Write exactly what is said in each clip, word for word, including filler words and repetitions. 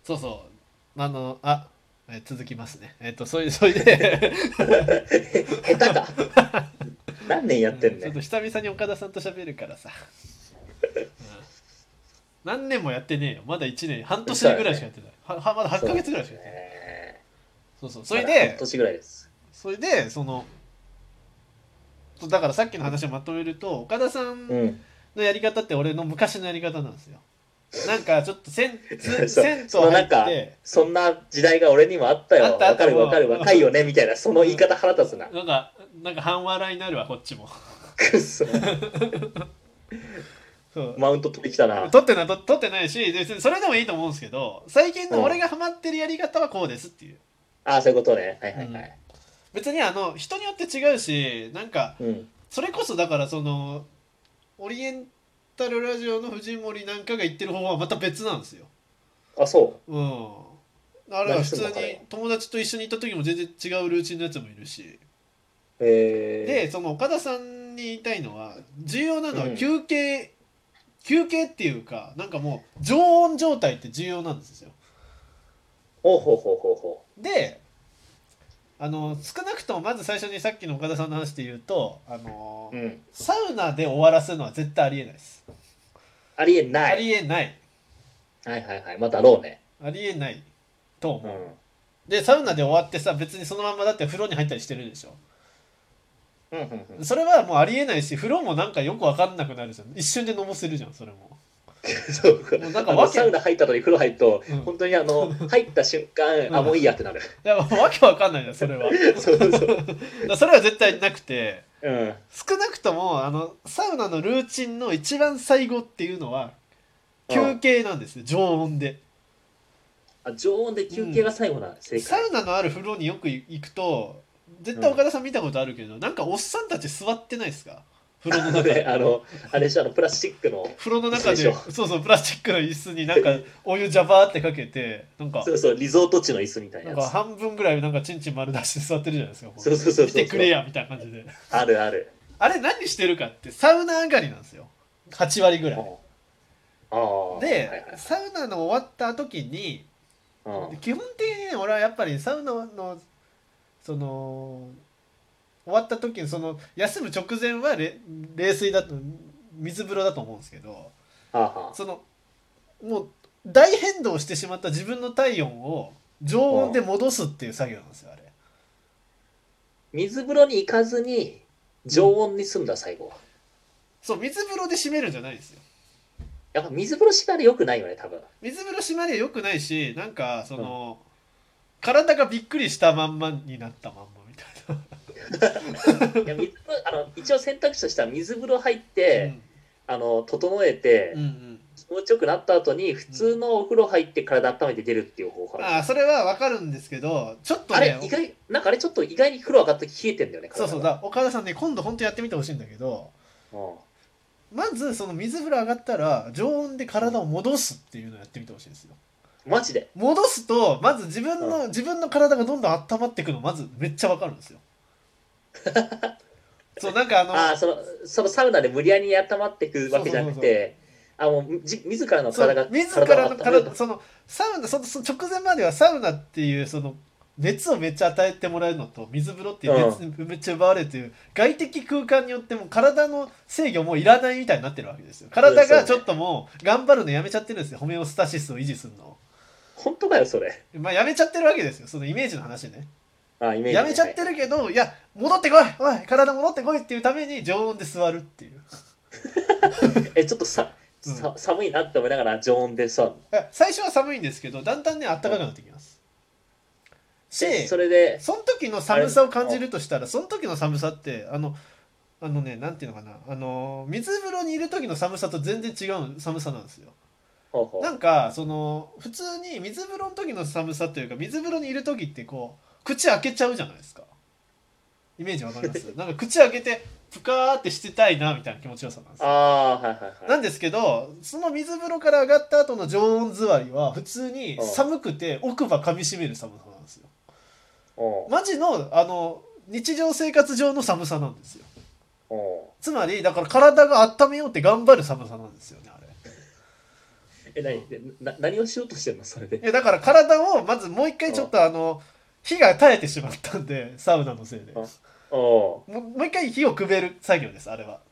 そうそう、あのあえ続きますね。えっとそれそれで下手か。何年やってんねちょっと久々に岡田さんと喋るからさ、うん、何年もやってねえよ、まだいちねん半ん。 年そうだね。 ぐらいしかやってない、ははまだ8ヶそうです月ぐらいしかやってない。 ね。 そうそう、そまだ半れで年ぐらいです。 それでそのだからさっきの話をまとめると、岡田さんうん。 のやり方って俺の昔のやり方なんですよ。なんかちょっと銭そう、そ銭湯入っのなんか、 て、 そんな時代が俺にもあったよ。 あったあったわかるわかる、 も若いよね、みたいな、その言い方腹立つな。 うなんかなんか半笑いになるわこっちも。 くっそ。 そうマウント取ってきたな。 取ってないと取ってないし、別にそれでもいいと思うんですけど、最近の俺うん。 がハマってるやり方はこうですっていう、 ああ、そういうことね。はいうん、 はいはい。 別にあの人によって違うし、なんかうん。 それこそだからそのオリエンタルラジオの藤森なんかが言ってる方はまた別なんですよ。 あ、そうん。あう。何すれは普通にんの彼は。 友達と一緒に行った時も全然違うルーチンのやつもいるし。で、 えその岡田さんに言いたいのは、重要なー、 のはうん。 休憩、休憩っていうか、なんかもう常温状態って重要なんですよ。 ほうほうほうほうほで、あの少なくともまず最初にさっきの岡田さんの話で言うと、あのう。うん。 サウナで終わらせるのは絶対ありえないです。 ありえなあい。 りえない。 はいはいはい。まあだろうね。 ありえないと思うん。 う。で、サウナで終わってさ、別にそのままだって風呂に入ったりしてるでしょ。 うんうんうん。 それはもうありえないし、風呂もなんかよくわかんなくなるじゃん。一瞬で飲ませるじゃん、それも。 そう。 もうなんかあの、 わけ、 サウナ入った後に風呂入ると、 うん、 本当にあの、入った瞬間、あ、 うん。いもういいやってなる。 や、わけわかんないじゃん、それは。 そうそう。 だそれは絶対なくて、 うん。 少なくとも、あの、サウナのルーチンの一番最後っていうのは、休うん。 憩なんですよ、常温で。 あ、常温で休憩がうん。 最後な正解。 サウナのある風呂によく行くと、絶うん。 対岡田さん見たことあるけど、なんかおっさんたち座ってないですか、風呂のあのね、 中で。 あの、あれでしょ、あの、プラスチックの風呂の椅子でしょ。 中で、そうそう、プラスチックの椅子になんかお湯ジャバーってかけて、なんか、 そうそう、リゾート地の椅子みたいななんかやつ。 半分ぐらいなんかチンチン丸出して座ってるじゃないですか。もそうそうそうう見てそうそう。 くれやみたいな感じで。 あるある。 あれ何してるかってサウナ上がりなんですよ。はち割ぐらい。 うん。ああ、はいはいで、 はい。 サウナの終わった時に、 うん。 基本的にね、俺はやっぱりサウナの、その、終わった時に、その、休む直前はれ冷水だと、水風呂だと思うんですけど、 はあはその、もう、大変動してしまった自分の体温を常温あ。うん。 で戻すっていう作業なんですよ、あれ。 水風呂に行かずに、 うん。 常温にすんだ、最後は。 そう、水風呂で締めるんじゃないんですよ。 やっぱ水風呂しなり良くないよね、多分。 水風呂締まりは良くないし、なんか、そうん。 の、体がびっくりしたまんまになったまんまみたいな。 いや、水風呂、あの、一応選択肢としては水風呂入って、 うん。 あの、整えて、 うんうん。 気持ちよくなった後に、普うん。 通のお風呂入って体温めて出るっていう方法あるじゃん。 ああ、それはわかるんですけど、ちょっとね、 あれ、意外、なんかあれちょっと意外に風呂上がって冷えてんだよね、 そうそう体が。 だ、岡田さんね、今度本当やってみてほしいんだけど、 うん。 まずその水風呂上がったら、常温でうん。 体を戻すっていうのをやってみてほしいんですよ。 マジで。 戻すと、まず自分うん。 の、自分の体がどんどん温まっていくの、まずめっちゃわかるんですよ。そう、なんかあの、 ああ、その、そのサウナで無理やり温まっていくそうそうわけじゃなそうそう。 くて、あ、もう、じ、自らのそう、 体が、 自体をらの体、 温めると。 その、サウナ、その、その直前まではサウナっていう、その、熱をめっちゃ与えてもらえるのと、水風呂っていう熱うん。 にめっちゃ奪われるという、外的空間によっても体の制御もういらないみたいになってるわけですよ。 うん、 体がちょっそうね。 ともう頑張るのやめちゃってるんですよ。ホメオスタシスを維持するのを。 本当かよ、それ。 まあやめちゃってるわけですよ。そのイメージの話ね。 ああ、イメージね。 やめちゃってはいはい。 るけど、いや、戻ってこいおい体戻ってこいっていうために常温で座るっていう。 え、ちょっとさ、 うん。 さ、寒いなって思いながら常温でさ、 最初は寒いんですけど、だんだんね、暖かくうん。 なってきます。し、 え、それで、 その時のあれ、 寒さを感じあ、 るとしたら、その時の寒さって、あの、あのね、なんていうのかな、あの、水風呂にいる時の寒さと全然違う寒さなんですよ。 ほうほなんか、その、普通に水風呂の時の寒さというか、水風呂にいる時ってこう、口開けちゃうじゃないですか。イメージわかります？なんか口開けて、ぷかーってしてたいな、みたいな気持ちよさなんでう。 すよ。 ああー、はいはいはい。 なんですけど、その水風呂から上がった後の常温座りは、普通にうん。 寒くて奥歯噛み締める寒さなんですよ。 うん。 マジの、あの、日常生活上の寒さなんですよ。 うん。 つまり、だから体が温めようって頑張る寒さなんですよね、あれ。 え、何でな何をしようとしてんのそれで。 えだから体をまずもう一回ちょっとあの火が耐えてしまったんでサウナのせいであおもうもう一回火をくべる作業ですあれは。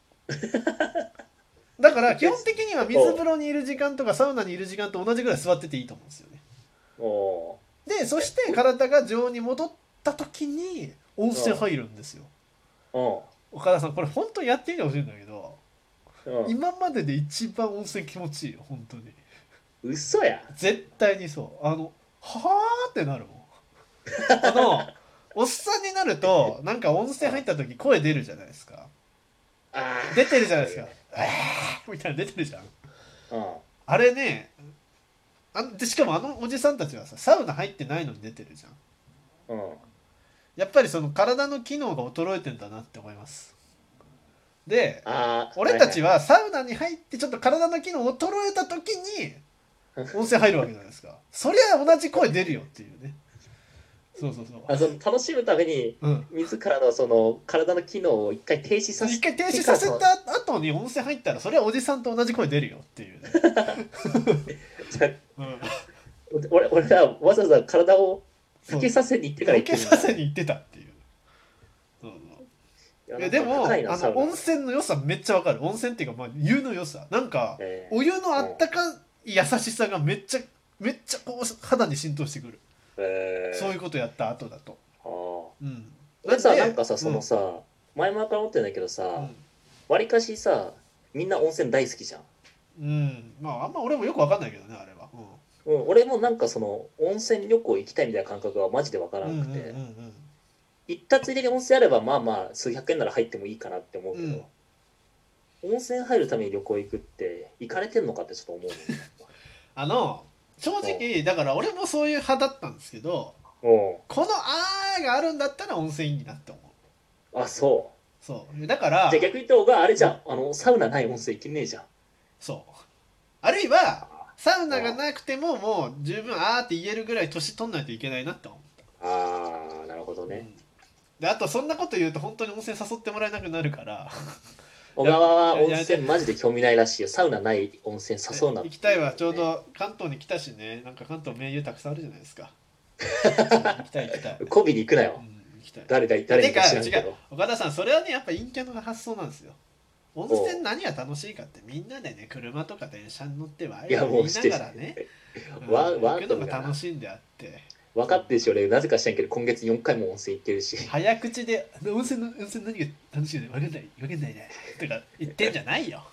だから基本的には水風呂にいる時間とかサウナにいる時間と同じぐらい座ってていいと思うんですよね。 おでそして体が常温に戻った時に温泉入るんですよ。 お岡田さんこれ本当にやってみてほしいんだけどお今までで一番温泉気持ちいいよ本当に。 嘘や。 絶対にそうあのはーってなるもん。あのおっさんになるとなんか温泉入った時声出るじゃないですか。 あー出てるじゃないですか。えーみたいな出てるじゃん。 うんあれねあでしかもあのおじさんたちはさサウナ入ってないのに出てるじゃん。 うんやっぱりその体の機能が衰えてんだなって思います。であー俺たちはサウナに入ってちょっと体の機能衰えた時に温泉入るわけじゃないですか。そりゃ同じ声出るよっていうね。そうそうそうあその楽しむためにうん自らのその体の機能を一回停止させ一回停止させた後に温泉入ったらそれはおじさんと同じ声出るよっていうね、 じゃうん、 俺俺らわざわざ体をそう老けさせに行ってからロ行ってるんだケさせに行ってたっていう。そうそういやいやでもなんか高いなあサウナの温泉の良さめっちゃわかる。温泉っていうかまあ湯の良さなんかえーお湯のあったかい優しさがめっちゃめっちゃこう肌に浸透してくる、 えーそういうことやった後だと。 あーうん俺さでなんかさそのさ、前々から思ってるんだけどさうんわり、かしさみんな温泉大好きじゃん、 うん、うんまああんま俺もよくわかんないけどねあれは、 うん、俺もなんかその温泉旅行行きたいみたいな感覚はマジでわからうん、 なくて、 うんうんうんうん行ったついでに温泉あればまあまあ数百円なら入ってもいいかなって思うけど、温泉入るために旅行行くって行かれてんのかってちょっと思うあの正直だから俺もそういう派だったんですけどのこの「あー」があるんだったら温泉いいなって思う。 うんあそそうだからうじゃあ逆に言った方があれじゃんあのサウナない温泉行けねえじゃんそうあるいはあサウナがなくてももう十分あーって言えるぐらい年取んないといけないなって思あーなるほどう、 ね、 うんであとそんなこと言うと本当に温泉誘ってもらえなくなるから小川は温いやいや泉マジで興味ないらしいよサウナない温泉誘うなって行きたいわちょうど関東に来たしねなんか関東名湯たくさんあるじゃないですか行きたい行きたい、 コビに行くなようん、行きたい誰だ誰てかか知らんけ違うど岡田さんそれはねやっぱ陰キャの発想なんですよ。温泉何が楽しいかってみんなでね車とか電車に乗ってワイいやワイ言いもうしてながらね、うんわわ行くのが楽しいんであって分かってるし俺なぜか知らんけど今月よんかいも温泉行ってるし早口で温泉の温泉何が楽しいの分かんない分かんないねとか言ってんじゃないよ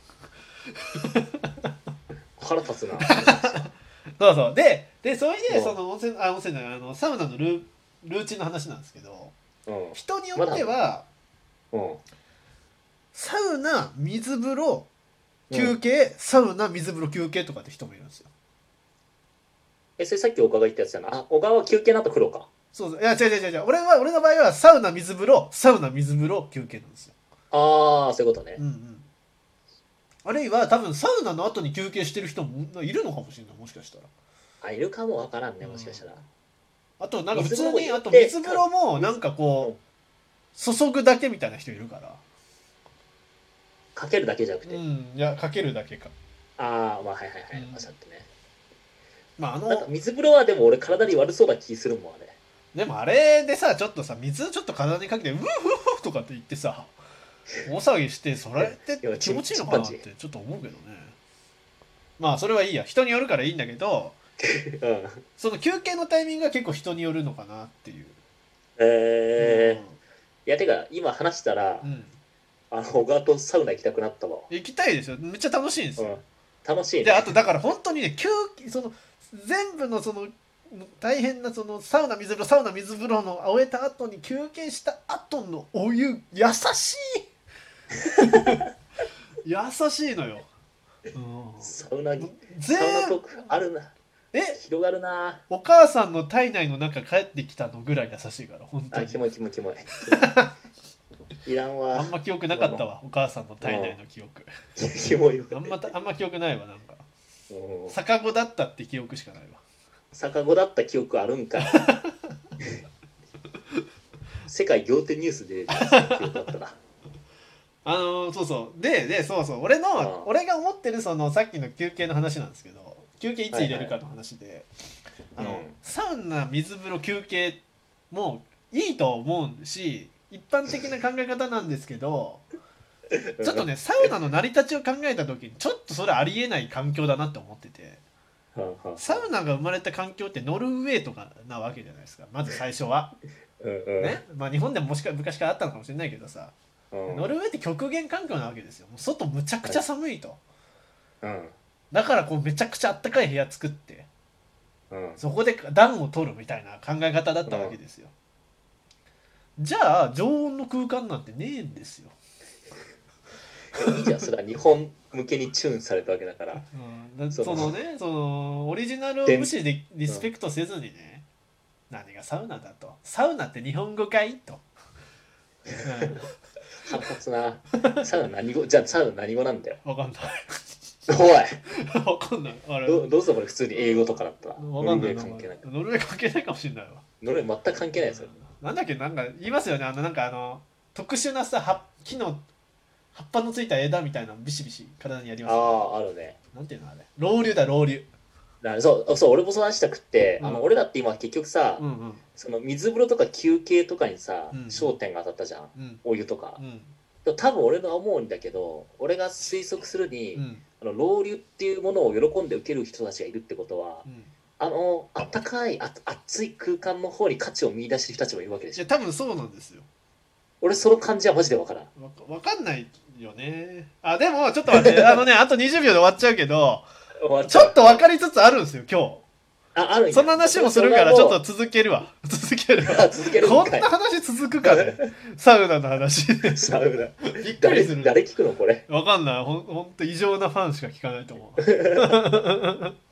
腹立つなそうそうででそれでうんその温泉あ温泉じゃないあのサウナのルールーチンの話なんですけどうん人によってはうんサウナ水風呂休憩、サウナ水風呂休憩とかって人もいるんですよ。 えそれさっき小川が言ったやつやなあ小川は休憩の後風呂かそうそういや違う違う違う俺は俺の場合はサウナ水風呂サウナ水風呂休憩なんですよ。 ああそういうことねうんうんあるいは多分サウナの後に休憩してる人もいるのかもしれないもしかしたら。 あいるかもわからんねもしかしたらあとなんか普通水風呂にあとも入れて水風呂もなんかこう注ぐだけみたいな人いるから。 かけるだけじゃなくて、 うんいやかけるだけか。 ああまあはいはいはい、 うんおっしゃってねまああなんかの水風呂はでも俺体に悪そうな気するもんあれでもあれでさちょっとさ水ちょっと体にかけてうふふふとかって言ってさ大騒ぎしてそれっていや気持ちいいのかなってちょっと思うけどね。まあそれはいいや人によるからいいんだけどうんその休憩のタイミングが結構人によるのかなっていう。 えーいやてか今話したら、 うんうんあの小川とサウナ行きたくなったわ、 行きたいですよめっちゃ楽しいんですよ。 うん、楽しいねであとだから本当にね休その全部のその大変なそのサウナ水風呂サウナ水風呂の終えた後に休憩した後のお湯優しい優しいのよ、うん、 サウナサウナ全トークあるなえ広がるなお母さんの体内の中帰ってきたのぐらい優しいから本当にあキモいキモいキモいいらんわあんま記憶なかったわお母さんの体内の記憶キモいわあんまあんま記憶ないわなんかうん逆子だったって記憶しかないわ。 逆子だった記憶あるんか世界仰天ニュースで記憶だったなあのーそうそうででそうそう俺のあ俺が思ってるそのさっきの休憩の話なんですけど、休憩いつ入れるかの話で、あのうんサウナ水風呂休憩もいいと思うし一般的な考え方なんですけど、ちょっとねサウナの成り立ちを考えた時にちょっとそれありえない環境だなって思ってて、 はあはあサウナが生まれた環境ってノルウェーとかなわけじゃないですか、まず最初はうんうんね、まあ日本でももしか昔からあったのかもしれないけどさ、 うんノルウェーって極限環境なわけですよ。もう外むちゃくちゃ寒いと、 うんだからこうめちゃくちゃあったかい部屋作ってうんそこで暖を取るみたいな考え方だったわけですよ。じゃあ常温の空間なんてねえんですよ。 いいじゃん、それは日本向けにチューンされたわけだから。 うん、だそそうのねそのオリジナルを無視でリスペクトせずにね、何がサウナだと、サウナって日本語かいと、 反発な。サウナ何語、じゃあサウナ何語なんだよ。 うん、分かんないおい分かんないあれどどうするこれ普通に英語とかだったら。 分かんないノルウェー関係ない。 ノルウェー関係ないかもしれないわ。 ノルウェー全く関係ないですよ。 なんだっけ、なんか言いますよね、あのなんかあの特殊なさ葉木の葉っぱのついた枝みたいなのビシビシ体にやりますあよ、 あ、あるね。 なんていうのあれ、ロウリュだロウリュ。 だからそうそう俺もそう話したくって、 うんあの俺だって今結局さ、 うんうんその水風呂とか休憩とかにさ、 うん焦点が当たったじゃん、 うんお湯とかう、んでも多分俺が思うんだけど、俺が推測するに、 うんあのロウリュっていうものを喜んで受ける人たちがいるってことは、 うんあのあったかいあ熱い空間の方に価値を見出してる人たちもいるわけでいしょ。 や多分そうなんですよ。 俺その感じはマジでわからん。 わかわかんないよね。あでもちょっと待ってあのねあとにじゅうびょうで終わっちゃうけどちょっと分かりつつあるんですよ今ああるんや日。そんな話もするからちょっとそ続けるわ続けるわれはもう続けるこんかいんな話続くかねサウナの話サウナびっくり誰する。 誰聞くのこれ。 わかんない、ほんほんと異常なファンしか聞かないと思う